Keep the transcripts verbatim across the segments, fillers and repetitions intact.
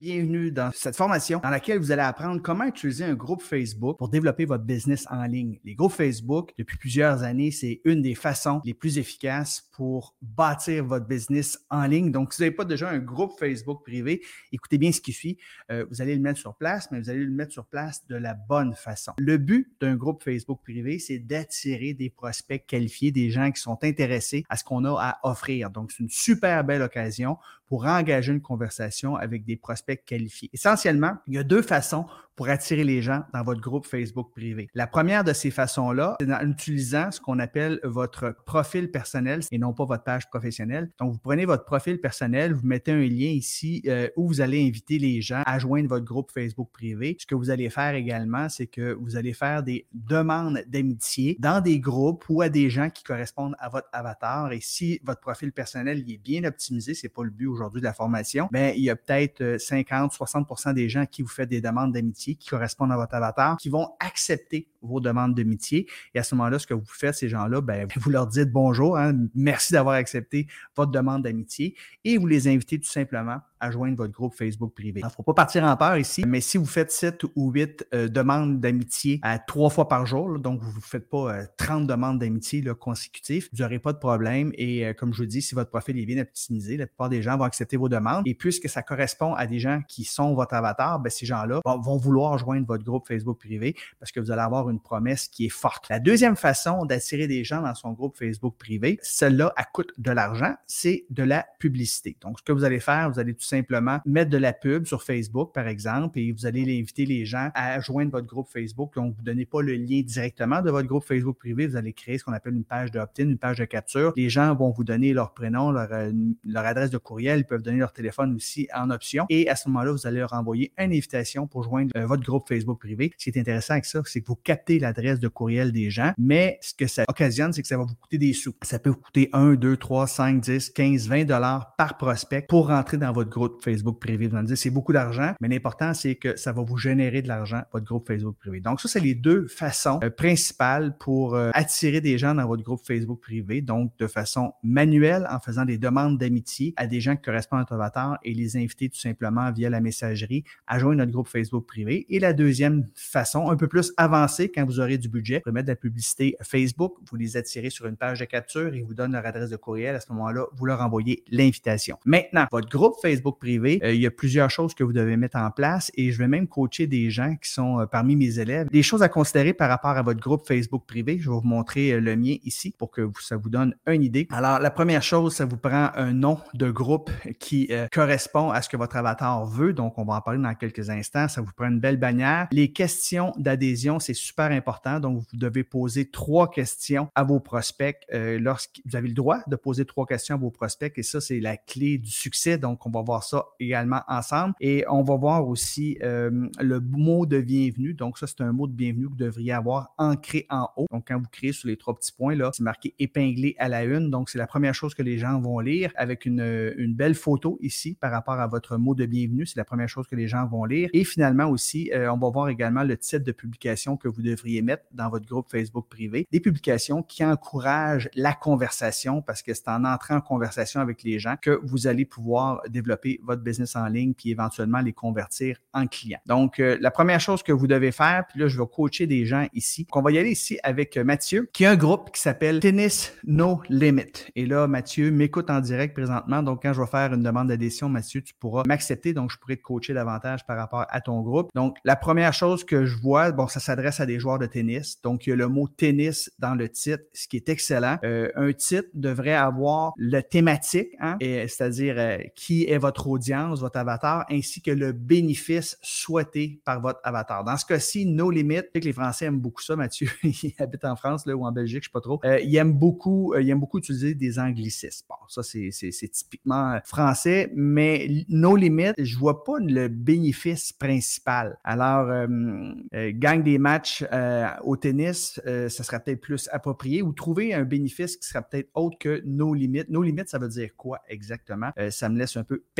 Bienvenue dans cette formation dans laquelle vous allez apprendre comment utiliser un groupe Facebook pour développer votre business en ligne. Les groupes Facebook, depuis plusieurs années, c'est une des façons les plus efficaces pour bâtir votre business en ligne. Donc, si vous n'avez pas déjà un groupe Facebook privé, écoutez bien ce qui suit. Euh, vous allez le mettre sur place, mais vous allez le mettre sur place de la bonne façon. Le but d'un groupe Facebook privé, c'est d'attirer des prospects qualifiés, des gens qui sont intéressés à ce qu'on a à offrir. Donc, c'est une super belle occasion pour engager une conversation avec des prospects qualifiés. Essentiellement, il y a deux façons pour attirer les gens dans votre groupe Facebook privé. La première de ces façons-là, c'est en utilisant ce qu'on appelle votre profil personnel et non pas votre page professionnelle. Donc, vous prenez votre profil personnel, vous mettez un lien ici euh, où vous allez inviter les gens à joindre votre groupe Facebook privé. Ce que vous allez faire également, c'est que vous allez faire des demandes d'amitié dans des groupes ou à des gens qui correspondent à votre avatar. Et si votre profil personnel il est bien optimisé, c'est pas le but aujourd'hui de la formation, bien, il y a peut-être cinquante à soixante pour cent des gens qui vous font des demandes d'amitié qui correspondent à votre avatar, qui vont accepter vos demandes d'amitié. Et à ce moment-là, ce que vous faites, ces gens-là, bien, vous leur dites bonjour, hein, merci d'avoir accepté votre demande d'amitié et vous les invitez tout simplement à joindre votre groupe Facebook privé. Il ne faut pas partir en peur ici, mais si vous faites sept ou huit euh, demandes d'amitié à trois fois par jour, là, donc vous ne faites pas euh, trente demandes d'amitié là, consécutives, vous n'aurez pas de problème. Et euh, comme je vous dis, si votre profil est bien optimisé, la plupart des gens vont accepter vos demandes. Et puisque ça correspond à des gens qui sont votre avatar, bien, ces gens-là vont, vont vouloir joindre votre groupe Facebook privé parce que vous allez avoir une promesse qui est forte. La deuxième façon d'attirer des gens dans son groupe Facebook privé, celle-là, elle coûte de l'argent, c'est de la publicité. Donc, ce que vous allez faire, vous allez tout simplement mettre de la pub sur Facebook, par exemple, et vous allez inviter les gens à joindre votre groupe Facebook. Donc, vous ne donnez pas le lien directement de votre groupe Facebook privé, vous allez créer ce qu'on appelle une page de opt-in, une page de capture. Les gens vont vous donner leur prénom, leur, leur adresse de courriel, ils peuvent donner leur téléphone aussi en option. Et à ce moment-là, vous allez leur envoyer une invitation pour joindre euh, votre groupe Facebook privé. Ce qui est intéressant avec ça, c'est que vous captez l'adresse de courriel des gens, mais ce que ça occasionne, c'est que ça va vous coûter des sous. Ça peut vous coûter un, deux, trois, cinq, dix, quinze, vingt dollars par prospect pour rentrer dans votre groupe Facebook privé. Vous allez me dire, c'est beaucoup d'argent, mais l'important, c'est que ça va vous générer de l'argent, votre groupe Facebook privé. Donc, ça, c'est les deux façons euh, principales pour euh, attirer des gens dans votre groupe Facebook privé. Donc, de façon manuelle, en faisant des demandes d'amitié à des gens qui correspondent à votre avatar et les inviter tout simplement via la messagerie à joindre notre groupe Facebook privé. Et la deuxième façon, un peu plus avancée, quand vous aurez du budget, vous pouvez mettre de la publicité Facebook, vous les attirez sur une page de capture, ils vous donnent leur adresse de courriel. À ce moment-là, vous leur envoyez l'invitation. Maintenant, votre groupe Facebook privé, euh, il y a plusieurs choses que vous devez mettre en place et je vais même coacher des gens qui sont euh, parmi mes élèves. Des choses à considérer par rapport à votre groupe Facebook privé. Je vais vous montrer euh, le mien ici pour que vous, ça vous donne une idée. Alors, la première chose, ça vous prend un nom de groupe qui euh, correspond à ce que votre avatar veut. Donc, on va en parler dans quelques instants. Ça vous prend une belle bannière. Les questions d'adhésion, c'est super important. Donc, vous devez poser trois questions à vos prospects. Euh, lorsque vous avez le droit de poser trois questions à vos prospects et ça, c'est la clé du succès. Donc, on va voir ça également ensemble. Et on va voir aussi euh, le mot de bienvenue. Donc, ça, c'est un mot de bienvenue que vous devriez avoir ancré en haut. Donc, quand vous créez sur les trois petits points, là, c'est marqué épinglé à la une. Donc, c'est la première chose que les gens vont lire avec une, une belle photo ici par rapport à votre mot de bienvenue. C'est la première chose que les gens vont lire. Et finalement aussi, euh, on va voir également le type de publication que vous devriez mettre dans votre groupe Facebook privé. Des publications qui encouragent la conversation parce que c'est en entrant en conversation avec les gens que vous allez pouvoir développer votre business en ligne puis éventuellement les convertir en clients. Donc, euh, la première chose que vous devez faire, puis là, je vais coacher des gens ici. Donc, on va y aller ici avec Mathieu, qui a un groupe qui s'appelle Tennis No Limit. Et là, Mathieu m'écoute en direct présentement. Donc, quand je vais faire une demande d'adhésion, Mathieu, tu pourras m'accepter. Donc, je pourrai te coacher davantage par rapport à ton groupe. Donc, la première chose que je vois, bon, ça s'adresse à des joueurs de tennis. Donc, il y a le mot tennis dans le titre, ce qui est excellent. Euh, un titre devrait avoir le thématique, hein, et, c'est-à-dire euh, qui est votre audience, votre avatar, ainsi que le bénéfice souhaité par votre avatar. Dans ce cas-ci, No Limit, je sais que les Français aiment beaucoup ça, Mathieu, il habite en France là, ou en Belgique, je ne sais pas trop. Euh, il aime beaucoup, euh, il aime beaucoup utiliser des anglicismes. Bon, ça, c'est, c'est, c'est typiquement français, mais No Limit, je ne vois pas le bénéfice principal. Alors, euh, euh, gagne des matchs euh, au tennis, euh, ça serait peut-être plus approprié ou trouver un bénéfice qui serait peut-être autre que No Limit. No Limit, ça veut dire quoi exactement? Euh, ça me laisse un peu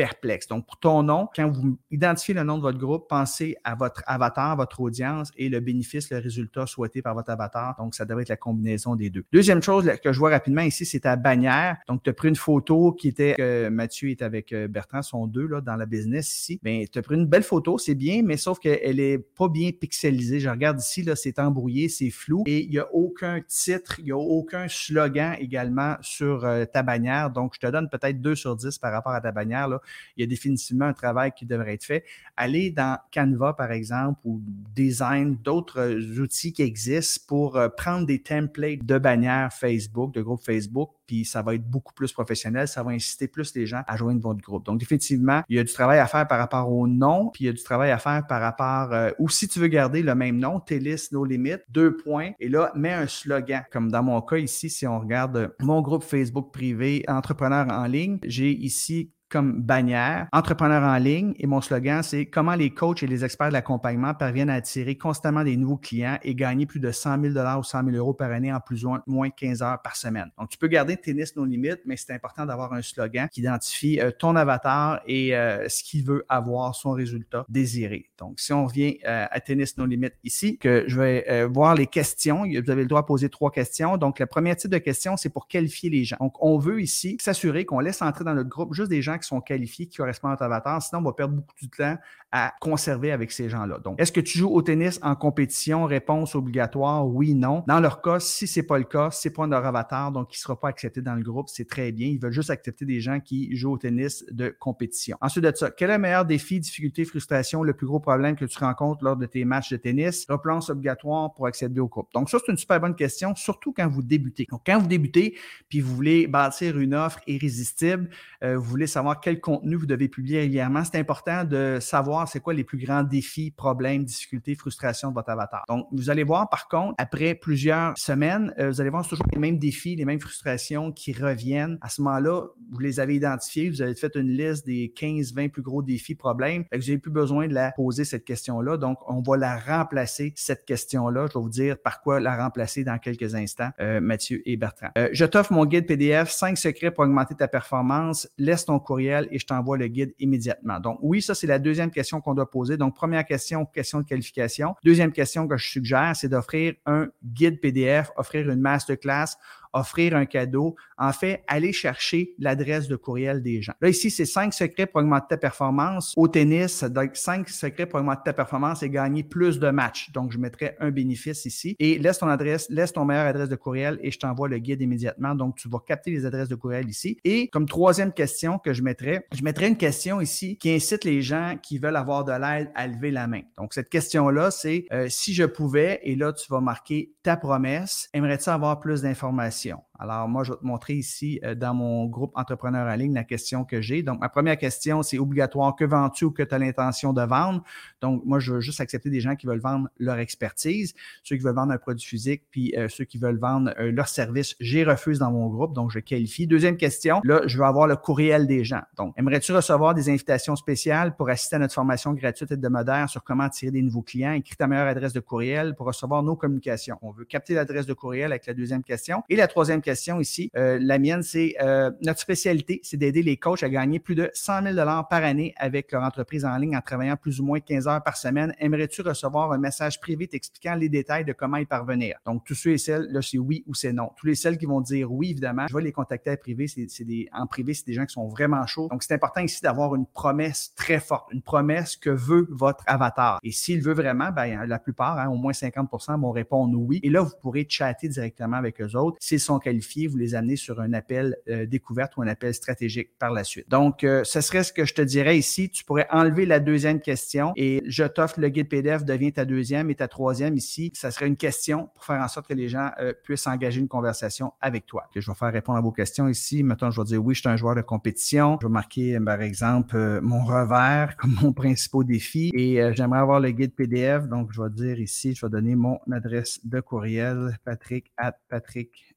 perplexe. Donc, pour ton nom, quand vous identifiez le nom de votre groupe, pensez à votre avatar, votre audience et le bénéfice, le résultat souhaité par votre avatar. Donc, ça devrait être la combinaison des deux. Deuxième chose que je vois rapidement ici, c'est ta bannière. Donc, tu as pris une photo qui était, que Mathieu est avec Bertrand, sont deux là, dans la business ici. Bien, tu as pris une belle photo, c'est bien, mais sauf qu'elle est pas bien pixelisée. Je regarde ici, là, c'est embrouillé, c'est flou et il n'y a aucun titre, il n'y a aucun slogan également sur euh, ta bannière. Donc, je te donne peut-être deux sur dix par rapport à ta bannière. Là. Il y a définitivement un travail qui devrait être fait. Allez dans Canva, par exemple, ou Design, d'autres euh, outils qui existent pour euh, prendre des templates de bannières Facebook, de groupes Facebook, puis ça va être beaucoup plus professionnel, ça va inciter plus les gens à joindre votre groupe. Donc, définitivement, il y a du travail à faire par rapport au nom, puis il y a du travail à faire par rapport, euh, ou si tu veux garder le même nom, T-List No Limit, deux points, et là, mets un slogan. Comme dans mon cas ici, si on regarde mon groupe Facebook privé, entrepreneur en ligne, j'ai ici comme bannière, entrepreneur en ligne, et mon slogan, c'est comment les coachs et les experts de l'accompagnement parviennent à attirer constamment des nouveaux clients et gagner plus de cent mille dollars ou cent mille euros par année en plus ou moins quinze heures par semaine. Donc, tu peux garder Tennis No Limit, mais c'est important d'avoir un slogan qui identifie euh, ton avatar et euh, ce qu'il veut avoir, son résultat désiré. Donc, si on revient euh, à Tennis No Limit ici, que je vais euh, voir les questions. Vous avez le droit de poser trois questions. Donc, le premier type de question, c'est pour qualifier les gens. Donc, on veut ici s'assurer qu'on laisse entrer dans notre groupe juste des gens qui sont qualifiés, qui correspondent à notre avatar. Sinon, on va perdre beaucoup de temps à conserver avec ces gens-là. Donc, est-ce que tu joues au tennis en compétition? Réponse obligatoire, oui, non. Dans leur cas, si ce n'est pas le cas, c'est pas leur avatar, donc il ne sera pas accepté dans le groupe. C'est très bien. Ils veulent juste accepter des gens qui jouent au tennis de compétition. Ensuite de ça, quel est le meilleur défi, difficulté, frustration, le plus gros problème que tu rencontres lors de tes matchs de tennis? Réponse obligatoire pour accéder au groupe. Donc, ça, c'est une super bonne question, surtout quand vous débutez. Donc, quand vous débutez, puis vous voulez bâtir une offre irrésistible, euh, vous voulez savoir quel contenu vous devez publier régulièrement, c'est important de savoir c'est quoi les plus grands défis, problèmes, difficultés, frustrations de votre avatar. Donc, vous allez voir, par contre, après plusieurs semaines, euh, vous allez voir toujours les mêmes défis, les mêmes frustrations qui reviennent. À ce moment-là, vous les avez identifiés, vous avez fait une liste des quinze vingt plus gros défis, problèmes. Fait que vous n'avez plus besoin de la poser, cette question-là. Donc, on va la remplacer, cette question-là. Je vais vous dire par quoi la remplacer dans quelques instants, euh, Mathieu et Bertrand. Euh, je t'offre mon guide P D F, cinq secrets pour augmenter ta performance. Laisse ton courriel et je t'envoie le guide immédiatement. Donc, oui, ça, c'est la deuxième question qu'on doit poser. Donc, première question, question de qualification. Deuxième question que je suggère, c'est d'offrir un guide P D F, offrir une masterclass, offrir un cadeau. En fait, aller chercher l'adresse de courriel des gens. Là, ici, c'est cinq secrets pour augmenter ta performance. Au tennis, donc cinq secrets pour augmenter ta performance et gagner plus de matchs. Donc, je mettrai un bénéfice ici. Et laisse ton adresse, laisse ton meilleure adresse de courriel et je t'envoie le guide immédiatement. Donc, tu vas capter les adresses de courriel ici. Et comme troisième question que je mettrai, je mettrai une question ici qui incite les gens qui veulent avoir de l'aide à lever la main. Donc, cette question-là, c'est euh, si je pouvais, et là, tu vas marquer ta promesse, aimerais-tu avoir plus d'informations? Alors, moi, je vais te montrer ici euh, dans mon groupe Entrepreneur en ligne la question que j'ai. Donc, ma première question, c'est obligatoire. Que vends-tu ou que tu as l'intention de vendre? Donc, moi, je veux juste accepter des gens qui veulent vendre leur expertise, ceux qui veulent vendre un produit physique, puis euh, ceux qui veulent vendre euh, leur service. J'y refuse dans mon groupe, donc je qualifie. Deuxième question, là, je veux avoir le courriel des gens. Donc, aimerais-tu recevoir des invitations spéciales pour assister à notre formation gratuite hebdomadaire sur comment attirer des nouveaux clients? Écris ta meilleure adresse de courriel pour recevoir nos communications. On veut capter l'adresse de courriel avec la deuxième question. Et la troisième question, ici, euh, la mienne, c'est euh, notre spécialité, c'est d'aider les coachs à gagner plus de cent mille dollars par année avec leur entreprise en ligne en travaillant plus ou moins quinze heures par semaine. Aimerais-tu recevoir un message privé t'expliquant les détails de comment y parvenir? Donc, tous ceux et celles, là, c'est oui ou c'est non. Tous les celles qui vont dire oui, évidemment, je vais les contacter en privé. C'est, c'est des, en privé, c'est des gens qui sont vraiment chauds. Donc, c'est important ici d'avoir une promesse très forte, une promesse que veut votre avatar. Et s'il veut vraiment, ben, la plupart, hein, au moins cinquante pour cent vont répondre oui. Et là, vous pourrez chatter directement avec eux autres. S'ils sont qualifiés, vous les amenez sur un appel euh, découverte ou un appel stratégique par la suite. Donc, euh, ce serait ce que je te dirais ici. Tu pourrais enlever la deuxième question et je t'offre le guide P D F devient ta deuxième et ta troisième ici. Ça serait une question pour faire en sorte que les gens euh, puissent engager une conversation avec toi. Que je vais faire répondre à vos questions ici. Mettons, je vais dire oui, je suis un joueur de compétition. Je vais marquer, par exemple, euh, mon revers comme mon principal défi et euh, j'aimerais avoir le guide P D F. Donc, je vais dire ici, je vais donner mon adresse de courriel, patrick at patrick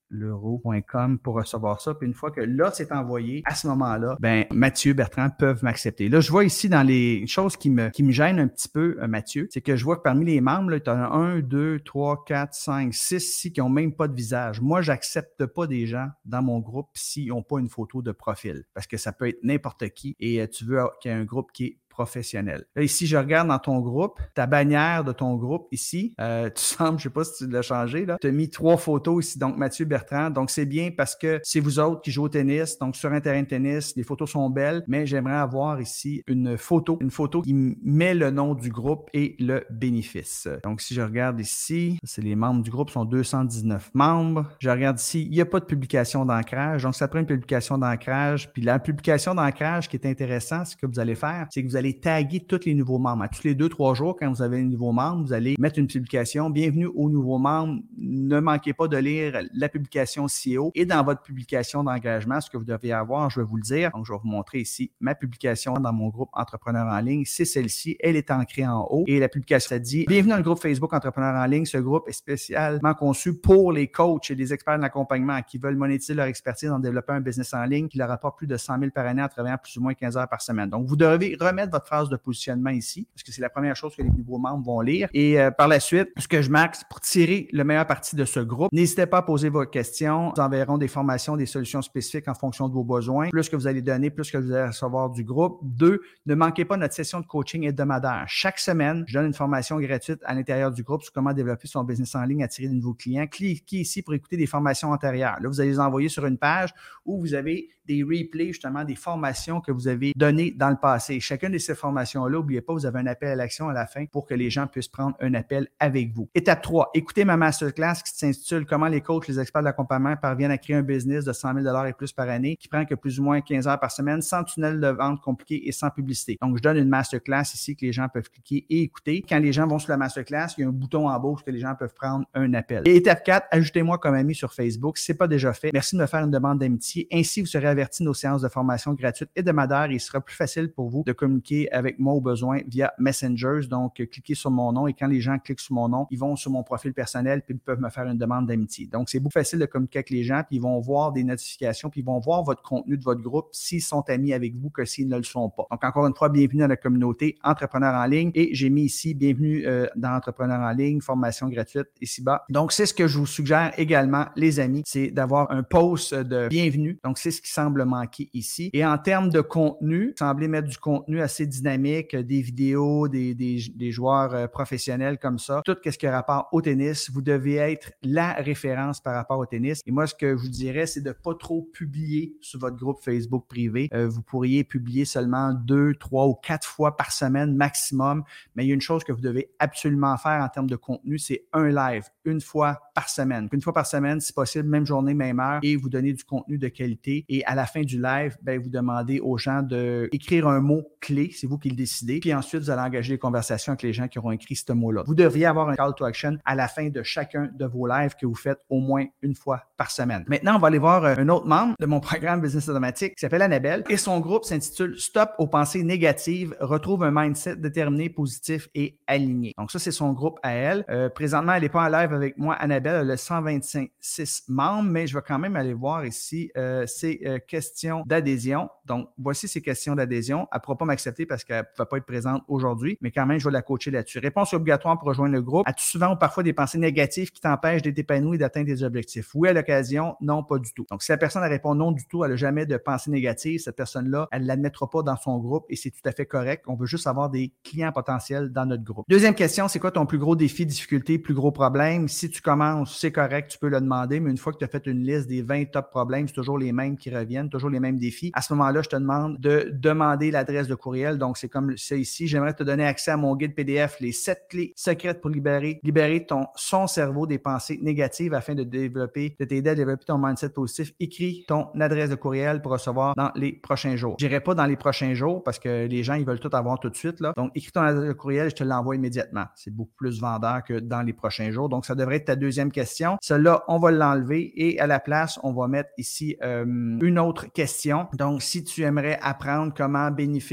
leroux point com pour recevoir ça. Puis une fois que l'offre s'est envoyée, à ce moment-là, ben Mathieu, Bertrand peuvent m'accepter. Là, je vois ici dans les choses qui me, qui me gênent un petit peu, euh, Mathieu, c'est que je vois que parmi les membres, tu en as un, deux, trois, quatre, cinq, six ici qui n'ont même pas de visage. Moi, j'accepte pas des gens dans mon groupe s'ils n'ont pas une photo de profil parce que ça peut être n'importe qui et euh, tu veux qu'il y ait un groupe qui est professionnel. Là, ici, je regarde dans ton groupe, ta bannière de ton groupe ici, euh, tu sembles, je sais pas si tu l'as changé, là, tu as mis trois photos ici, donc Mathieu Bertrand, donc c'est bien parce que c'est vous autres qui jouez au tennis, donc sur un terrain de tennis, les photos sont belles, mais j'aimerais avoir ici une photo, une photo qui met le nom du groupe et le bénéfice. Donc, si je regarde ici, c'est les membres du groupe, sont deux cent dix-neuf membres. Je regarde ici, il n'y a pas de publication d'ancrage, donc ça prend une publication d'ancrage, puis la publication d'ancrage qui est intéressant, ce que vous allez faire, c'est que vous allez taguer tous les nouveaux membres. À tous les deux, trois jours, quand vous avez un nouveau membre, vous allez mettre une publication. Bienvenue aux nouveaux membres. Ne manquez pas de lire la publication C E O et dans votre publication d'engagement, ce que vous devez avoir, je vais vous le dire. Donc, je vais vous montrer ici ma publication dans mon groupe Entrepreneurs en ligne. C'est celle-ci. Elle est ancrée en haut et la publication, ça dit « Bienvenue dans le groupe Facebook Entrepreneurs en ligne. Ce groupe est spécialement conçu pour les coachs et les experts de l'accompagnement qui veulent monétiser leur expertise en développant un business en ligne qui leur apporte plus de cent mille par année en travaillant plus ou moins quinze heures par semaine. » Donc, vous devez remettre votre phrase de positionnement ici, parce que c'est la première chose que les nouveaux membres vont lire. Et euh, par la suite, ce que je marque, c'est pour tirer le meilleur parti de ce groupe. N'hésitez pas à poser vos questions. Nous enverrons des formations, des solutions spécifiques en fonction de vos besoins. Plus que vous allez donner, plus que vous allez recevoir du groupe. Deux, ne manquez pas notre session de coaching hebdomadaire. Chaque semaine, je donne une formation gratuite à l'intérieur du groupe sur comment développer son business en ligne, attirer de nouveaux clients. Cliquez ici pour écouter des formations antérieures. Là, vous allez les envoyer sur une page où vous avez des replays, justement, des formations que vous avez données dans le passé. Chacune de ces formations-là, n'oubliez pas, vous avez un appel à l'action à la fin pour que les gens puissent prendre un appel avec vous. Étape trois, écoutez ma masterclass qui s'intitule « Comment les coachs, les experts de l'accompagnement parviennent à créer un business de cent mille dollars et plus par année qui prend que plus ou moins quinze heures par semaine sans tunnel de vente compliqué et sans publicité. » Donc, je donne une masterclass ici que les gens peuvent cliquer et écouter. Quand les gens vont sur la masterclass, il y a un bouton en bas où que les gens peuvent prendre un appel. Et étape quatre, ajoutez-moi comme ami sur Facebook si ce n'est pas déjà fait. Merci de me faire une demande d'amitié. Ainsi, vous serez averti de nos séances de formation gratuites et hebdomadaires et il sera plus facile pour vous de communiquer avec moi au besoin via Messengers. Donc, cliquez sur mon nom et quand les gens cliquent sur mon nom, ils vont sur mon profil personnel puis ils peuvent me faire une demande d'amitié. Donc, c'est beaucoup plus facile de communiquer avec les gens puis ils vont voir des notifications puis ils vont voir votre contenu de votre groupe s'ils sont amis avec vous que s'ils ne le sont pas. Donc, encore une fois, bienvenue dans la communauté Entrepreneurs en ligne et j'ai mis ici bienvenue euh, dans Entrepreneurs en ligne, formation gratuite ici-bas. Donc, c'est ce que je vous suggère également, les amis, c'est d'avoir un post de bienvenue. Donc, c'est ce qui semble manquer ici. Et en termes de contenu, vous semblez mettre du contenu assez dynamique, des vidéos, des, des, des joueurs euh, professionnels comme ça. Tout ce qui a rapport au tennis, vous devez être la référence par rapport au tennis. Et moi, ce que je vous dirais, c'est de ne pas trop publier sur votre groupe Facebook privé. Euh, vous pourriez publier seulement deux, trois ou quatre fois par semaine maximum. Mais il y a une chose que vous devez absolument faire en termes de contenu, c'est un live, une fois par semaine. Une fois par semaine, si possible, même journée, même heure, et vous donnez du contenu de qualité. Et à la fin du live, ben, vous demandez aux gens d'écrire un mot clé, c'est vous qui le décidez. Puis ensuite, vous allez engager des conversations avec les gens qui auront écrit ce mot-là. Vous devriez avoir un call to action à la fin de chacun de vos lives que vous faites au moins une fois par semaine. Maintenant, on va aller voir un autre membre de mon programme Business Automatique qui s'appelle Annabelle et son groupe s'intitule Stop aux pensées négatives, retrouve un mindset déterminé, positif et aligné. Donc ça, c'est son groupe à elle. Euh, présentement, elle n'est pas en live avec moi, Annabelle, elle a cent vingt-cinq membres, mais je vais quand même aller voir ici euh, ses euh, questions d'adhésion. Donc, voici ses questions d'adhésion. Elle ne pourra pas m'accepter parce qu'elle ne va pas être présente aujourd'hui, mais quand même, je vais la coacher là-dessus. Réponse obligatoire pour rejoindre le groupe. As-tu souvent ou parfois des pensées négatives qui t'empêchent d'être épanoui et d'atteindre tes objectifs? Oui, à l'occasion, non, pas du tout. Donc, si la personne elle répond non du tout, elle n'a jamais de pensée négative, cette personne-là, elle ne l'admettra pas dans son groupe et c'est tout à fait correct. On veut juste avoir des clients potentiels dans notre groupe. Deuxième question, c'est quoi ton plus gros défi, difficulté, plus gros problème? Si tu commences, c'est correct, tu peux le demander, mais une fois que tu as fait une liste des vingt top problèmes, c'est toujours les mêmes qui reviennent, toujours les mêmes défis. À ce moment-là, je te demande de demander l'adresse de courriel. Donc, c'est comme ça ici. J'aimerais te donner accès à mon guide P D F, les sept clés secrètes pour libérer, libérer ton, son cerveau des pensées négatives afin de développer, de t'aider à développer ton mindset positif. Écris ton adresse de courriel pour recevoir dans les prochains jours. Je n'irai pas dans les prochains jours parce que les gens, ils veulent tout avoir tout de suite, là. Donc, écris ton adresse de courriel et je te l'envoie immédiatement. C'est beaucoup plus vendeur que dans les prochains jours. Donc, ça devrait être ta deuxième question. Celle-là, on va l'enlever et à la place, on va mettre ici euh, une autre question. Donc, si tu aimerais apprendre comment bénéfice, bénéfice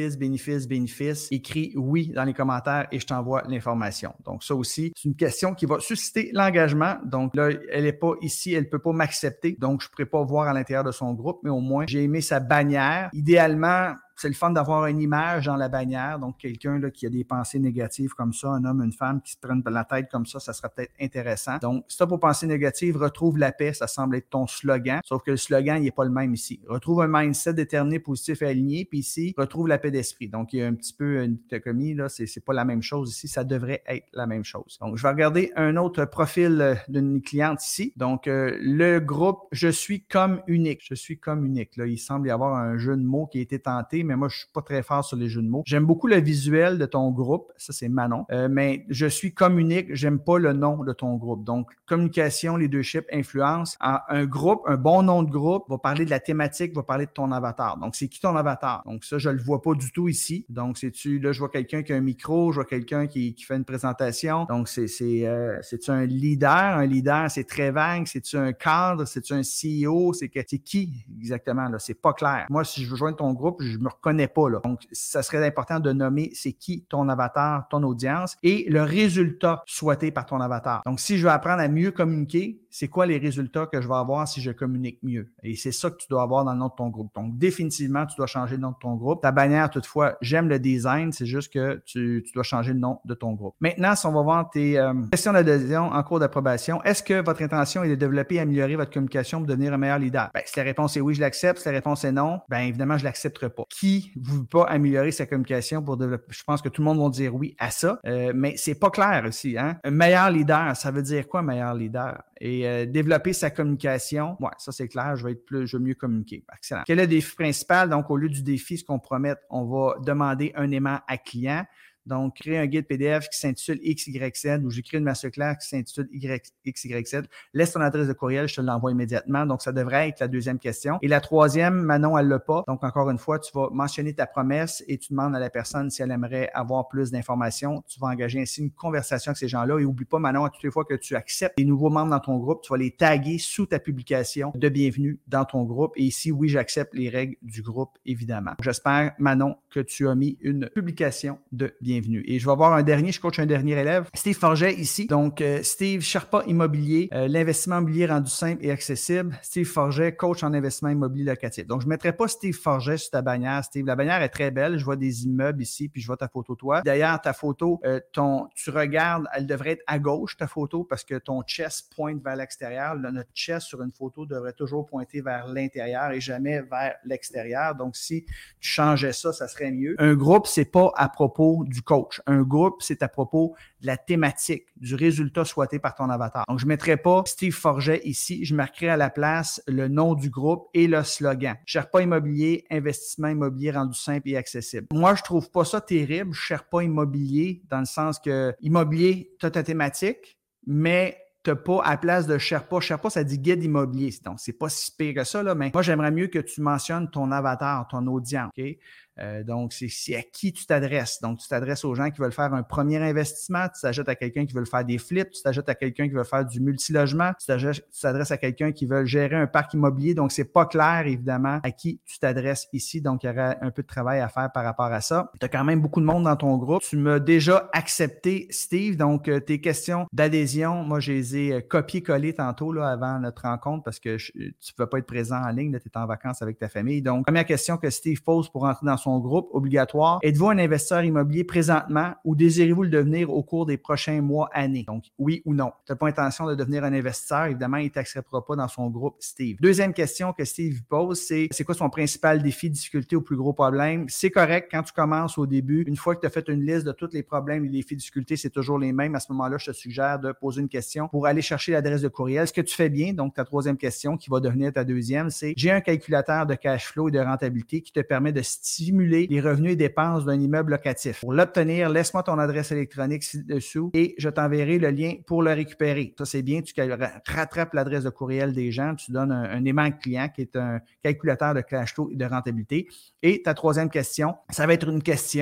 bénéfice, bénéfice, écris oui dans les commentaires et je t'envoie l'information. Donc, ça aussi, c'est une question qui va susciter l'engagement. Donc là, elle n'est pas ici, elle ne peut pas m'accepter. Donc, je ne pourrai pas voir à l'intérieur de son groupe, mais au moins, j'ai aimé sa bannière. Idéalement, c'est le fun d'avoir une image dans la bannière. Donc, quelqu'un là, qui a des pensées négatives comme ça, un homme, une femme qui se prennent la tête comme ça, ça sera peut-être intéressant. Donc, stop aux pensées négatives, retrouve la paix, ça semble être ton slogan. Sauf que le slogan, il n'est pas le même ici. Retrouve un mindset déterminé, positif et aligné. Puis ici, retrouve la paix d'esprit. Donc, il y a un petit peu une dichotomie, là. C'est, c'est pas la même chose ici. Ça devrait être la même chose. Donc, je vais regarder un autre profil d'une cliente ici. Donc, euh, le groupe « Je suis comme unique ». Je suis comme unique. Là, il semble y avoir un jeu de mots qui a été tenté, mais moi, je suis pas très fort sur les jeux de mots. J'aime beaucoup le visuel de ton groupe. Ça, c'est Manon. Euh, mais je suis comme unique. J'aime pas le nom de ton groupe. Donc, communication, leadership, influence. En, un groupe, un bon nom de groupe va parler de la thématique, va parler de ton avatar. Donc, c'est qui ton avatar? Donc, ça, je le vois pas du tout ici. Donc, c'est-tu, là, je vois quelqu'un qui a un micro, je vois quelqu'un qui, qui fait une présentation. Donc, c'est, c'est, euh, c'est-tu un leader? Un leader, c'est très vague. C'est-tu un cadre? C'est-tu un C E O? C'est, que, c'est qui exactement? Là? C'est pas clair. Moi, si je veux joindre ton groupe, je me reconnais pas. Là. Donc, ça serait important de nommer c'est qui ton avatar, ton audience et le résultat souhaité par ton avatar. Donc, si je veux apprendre à mieux communiquer, c'est quoi les résultats que je vais avoir si je communique mieux? Et c'est ça que tu dois avoir dans le nom de ton groupe. Donc, définitivement, tu dois changer le nom de ton groupe. Ta bannière, toutefois, j'aime le design, c'est juste que tu, tu dois changer le nom de ton groupe. Maintenant, si on va voir tes euh, questions d'adhésion en cours d'approbation, est-ce que votre intention est de développer et améliorer votre communication pour devenir un meilleur leader? Ben, si la réponse est oui, je l'accepte. Si la réponse est non, bien évidemment, je ne l'accepterai pas. Qui ne veut pas améliorer sa communication pour développer? Je pense que tout le monde va dire oui à ça, euh, mais c'est pas clair aussi. Hein? Un meilleur leader, ça veut dire quoi, un meilleur leader? Et euh, développer sa communication, ouais, ça c'est clair, je vais être plus, je vais mieux communiquer. Excellent. Quel est le défi principal? Donc, au lieu du défi, ce qu'on promet, on va demander un aimant à client. Donc, créer un guide P D F qui s'intitule X Y Z ou j'écris une masterclass qui s'intitule X Y Z. Laisse ton adresse de courriel, je te l'envoie immédiatement. Donc, ça devrait être la deuxième question. Et la troisième, Manon, elle l'a pas. Donc, encore une fois, tu vas mentionner ta promesse et tu demandes à la personne si elle aimerait avoir plus d'informations. Tu vas engager ainsi une conversation avec ces gens-là. Et n'oublie pas, Manon, à toutes les fois que tu acceptes les nouveaux membres dans ton groupe, tu vas les taguer sous ta publication de bienvenue dans ton groupe. Et ici, oui, j'accepte les règles du groupe, évidemment. J'espère, Manon, que tu as mis une publication de bienvenue. Bienvenue. Et je vais voir un dernier, je coach un dernier élève, Steve Forget ici. Donc, euh, Steve, Sherpa Immobilier, euh, l'investissement immobilier rendu simple et accessible. Steve Forget, coach en investissement immobilier locatif. Donc, je ne mettrai pas Steve Forget sur ta bannière, Steve. La bannière est très belle. Je vois des immeubles ici, puis je vois ta photo toi. D'ailleurs, ta photo, euh, ton, tu regardes, elle devrait être à gauche, ta photo, parce que ton chest pointe vers l'extérieur. Là, notre chest sur une photo devrait toujours pointer vers l'intérieur et jamais vers l'extérieur. Donc, si tu changeais ça, ça serait mieux. Un groupe, c'est pas à propos du coach. Un groupe, c'est à propos de la thématique, du résultat souhaité par ton avatar. Donc, je ne mettrai pas Steve Forget ici. Je marquerai à la place le nom du groupe et le slogan. Sherpa Immobilier, investissement immobilier rendu simple et accessible. Moi, je ne trouve pas ça terrible, Sherpa Immobilier, dans le sens que immobilier, tu as ta thématique, mais tu n'as pas à place de Sherpa. Sherpa, ça dit guide immobilier. Donc, c'est pas si pire que ça, là, mais moi, j'aimerais mieux que tu mentionnes ton avatar, ton audience. OK? Euh, donc, c'est, c'est à qui tu t'adresses. Donc, tu t'adresses aux gens qui veulent faire un premier investissement, tu t'ajoutes à quelqu'un qui veut faire des flips, tu t'ajoutes à quelqu'un qui veut faire du multilogement, tu t'adresses à quelqu'un qui veut gérer un parc immobilier. Donc, c'est pas clair, évidemment, à qui tu t'adresses ici. Donc, il y aurait un peu de travail à faire par rapport à ça. Tu as quand même beaucoup de monde dans ton groupe. Tu m'as déjà accepté, Steve. Donc, euh, tes questions d'adhésion, moi, je les ai copiées-collées tantôt là, avant notre rencontre parce que je, tu ne peux pas être présent en ligne, tu es en vacances avec ta famille. Donc, première question que Steve pose pour entrer dans son groupe obligatoire. Êtes-vous un investisseur immobilier présentement ou désirez-vous le devenir au cours des prochains mois, années? Donc, oui ou non. Tu n'as pas intention de devenir un investisseur, évidemment, il ne t'acceptera pas dans son groupe, Steve. Deuxième question que Steve pose, c'est c'est quoi son principal défi, difficulté ou plus gros problème? C'est correct quand tu commences au début. Une fois que tu as fait une liste de tous les problèmes, les défis, difficultés, c'est toujours les mêmes. À ce moment-là, je te suggère de poser une question pour aller chercher l'adresse de courriel. Ce que tu fais bien, donc ta troisième question qui va devenir ta deuxième, c'est j'ai un calculateur de cash flow et de rentabilité qui te permet de stimuler les revenus et dépenses d'un immeuble locatif. Pour l'obtenir, laisse-moi ton adresse électronique ci-dessous et je t'enverrai le lien pour le récupérer. Ça, c'est bien. Tu rattrapes l'adresse de courriel des gens. Tu donnes un, un aimant client qui est un calculateur de cash flow et de rentabilité. Et ta troisième question, ça va être une question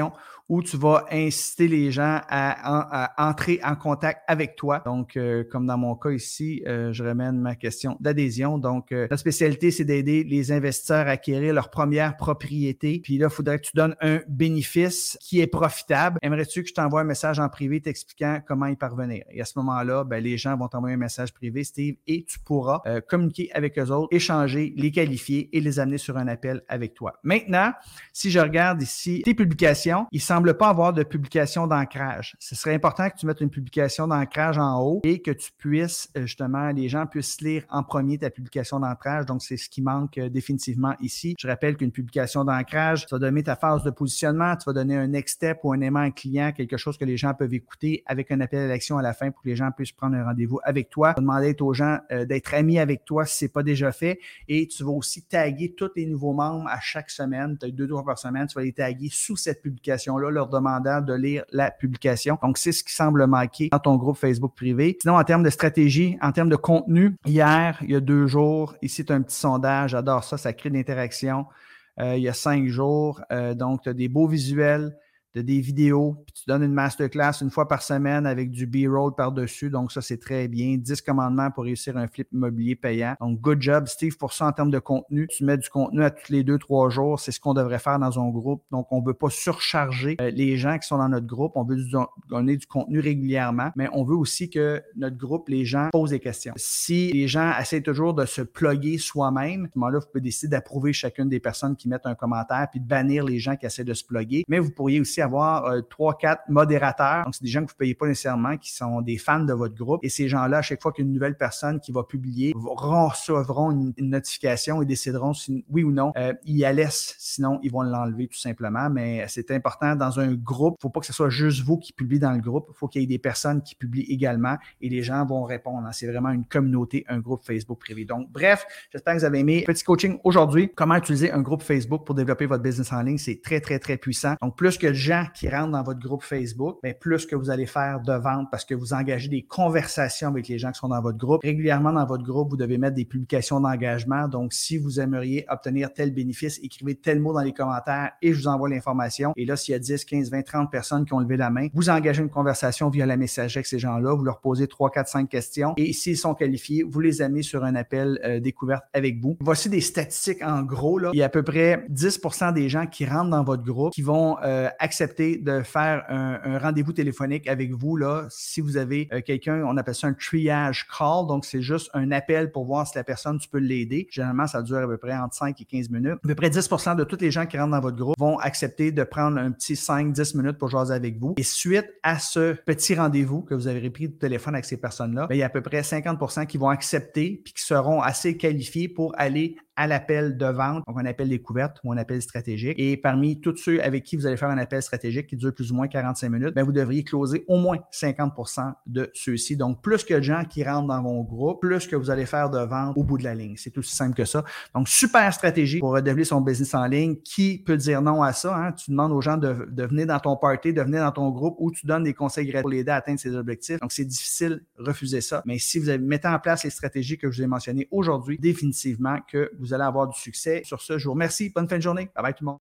où tu vas inciter les gens à, à entrer en contact avec toi. Donc, euh, comme dans mon cas ici, euh, je ramène ma question d'adhésion. Donc, euh, la spécialité, c'est d'aider les investisseurs à acquérir leur première propriété. Puis là, il faudrait que tu donnes un bénéfice qui est profitable. Aimerais-tu que je t'envoie un message en privé t'expliquant comment y parvenir? Et à ce moment-là, ben, les gens vont t'envoyer un message privé, Steve, et tu pourras euh, communiquer avec eux autres, échanger, les qualifier et les amener sur un appel avec toi. Maintenant, si je regarde ici tes publications, il ne semble pas avoir de publication d'ancrage. Ce serait important que tu mettes une publication d'ancrage en haut et que tu puisses, justement, les gens puissent lire en premier ta publication d'ancrage. Donc, c'est ce qui manque euh, définitivement ici. Je rappelle qu'une publication d'ancrage, tu vas donner ta phase de positionnement, tu vas donner un next step ou un aimant client, quelque chose que les gens peuvent écouter avec un appel à l'action à la fin pour que les gens puissent prendre un rendez-vous avec toi. Tu vas demander aux gens euh, d'être amis avec toi si ce n'est pas déjà fait et tu vas aussi taguer tous les nouveaux membres à chaque semaine. Tu as deux jours par semaine, tu vas les taguer sous cette publication-là, leur demandant de lire la publication. Donc, c'est ce qui semble manquer dans ton groupe Facebook privé. Sinon, en termes de stratégie, en termes de contenu, hier, il y a deux jours, ici, tu as un petit sondage. J'adore ça, ça crée de l'interaction. Euh, il y a cinq jours, euh, donc tu as des beaux visuels, de des vidéos, puis tu donnes une masterclass une fois par semaine avec du B-roll par-dessus. Donc, ça, c'est très bien. dix commandements pour réussir un flip immobilier payant. Donc, good job, Steve, pour ça, en termes de contenu. Tu mets du contenu à tous les deux, trois jours. C'est ce qu'on devrait faire dans un groupe. Donc, on ne veut pas surcharger euh, les gens qui sont dans notre groupe. On veut du, donner du contenu régulièrement, mais on veut aussi que notre groupe, les gens, posent des questions. Si les gens essaient toujours de se plugger soi-même, à ce moment-là, vous pouvez décider d'approuver chacune des personnes qui mettent un commentaire puis de bannir les gens qui essaient de se plugger. Mais vous pourriez aussi avoir trois, euh, quatre modérateurs. Donc, c'est des gens que vous ne payez pas nécessairement, qui sont des fans de votre groupe. Et ces gens-là, à chaque fois qu'une nouvelle personne qui va publier, recevront une, une notification et décideront si oui ou non euh, ils la laissent. Sinon, ils vont l'enlever tout simplement. Mais c'est important dans un groupe. Il ne faut pas que ce soit juste vous qui publiez dans le groupe. Il faut qu'il y ait des personnes qui publient également et les gens vont répondre. C'est vraiment une communauté, un groupe Facebook privé. Donc, bref, j'espère que vous avez aimé. Petit coaching aujourd'hui. Comment utiliser un groupe Facebook pour développer votre business en ligne. C'est très, très, très puissant. Donc, plus que de gens qui rentrent dans votre groupe Facebook, bien, plus que vous allez faire de ventes parce que vous engagez des conversations avec les gens qui sont dans votre groupe. Régulièrement dans votre groupe, vous devez mettre des publications d'engagement. Donc, si vous aimeriez obtenir tel bénéfice, écrivez tel mot dans les commentaires et je vous envoie l'information. Et là, s'il y a dix, quinze, vingt, trente personnes qui ont levé la main, vous engagez une conversation via la messagerie avec ces gens-là. Vous leur posez trois, quatre, cinq questions et s'ils sont qualifiés, vous les amenez sur un appel euh, découverte avec vous. Voici des statistiques en gros. Là. Il y a à peu près dix pour cent des gens qui rentrent dans votre groupe qui vont euh, accepter de faire un, un rendez-vous téléphonique avec vous. Là, si vous avez euh, quelqu'un, on appelle ça un triage call. Donc, c'est juste un appel pour voir si la personne, tu peux l'aider. Généralement, ça dure à peu près entre cinq et quinze minutes. À peu près dix pour cent de tous les gens qui rentrent dans votre groupe vont accepter de prendre un petit cinq dix minutes pour jaser avec vous. Et suite à ce petit rendez-vous que vous avez pris de téléphone avec ces personnes-là, bien, il y a à peu près cinquante pour cent qui vont accepter puis qui seront assez qualifiés pour aller à l'appel de vente, donc un appel découverte ou un appel stratégique. Et parmi tous ceux avec qui vous allez faire un appel stratégique qui dure plus ou moins quarante-cinq minutes, bien, vous devriez closer au moins cinquante pour cent de ceux-ci. Donc, plus que de gens qui rentrent dans vos groupes, plus que vous allez faire de ventes au bout de la ligne. C'est aussi simple que ça. Donc, super stratégie pour développer son business en ligne. Qui peut dire non à ça? Hein? Tu demandes aux gens de, de venir dans ton party, de venir dans ton groupe où tu donnes des conseils gratuits pour l'aider à atteindre ses objectifs. Donc, c'est difficile de refuser ça. Mais si vous avez, mettez en place les stratégies que je vous ai mentionnées aujourd'hui, définitivement que vous allez avoir du succès. Sur ce, je vous remercie. Bonne fin de journée. Bye bye tout le monde.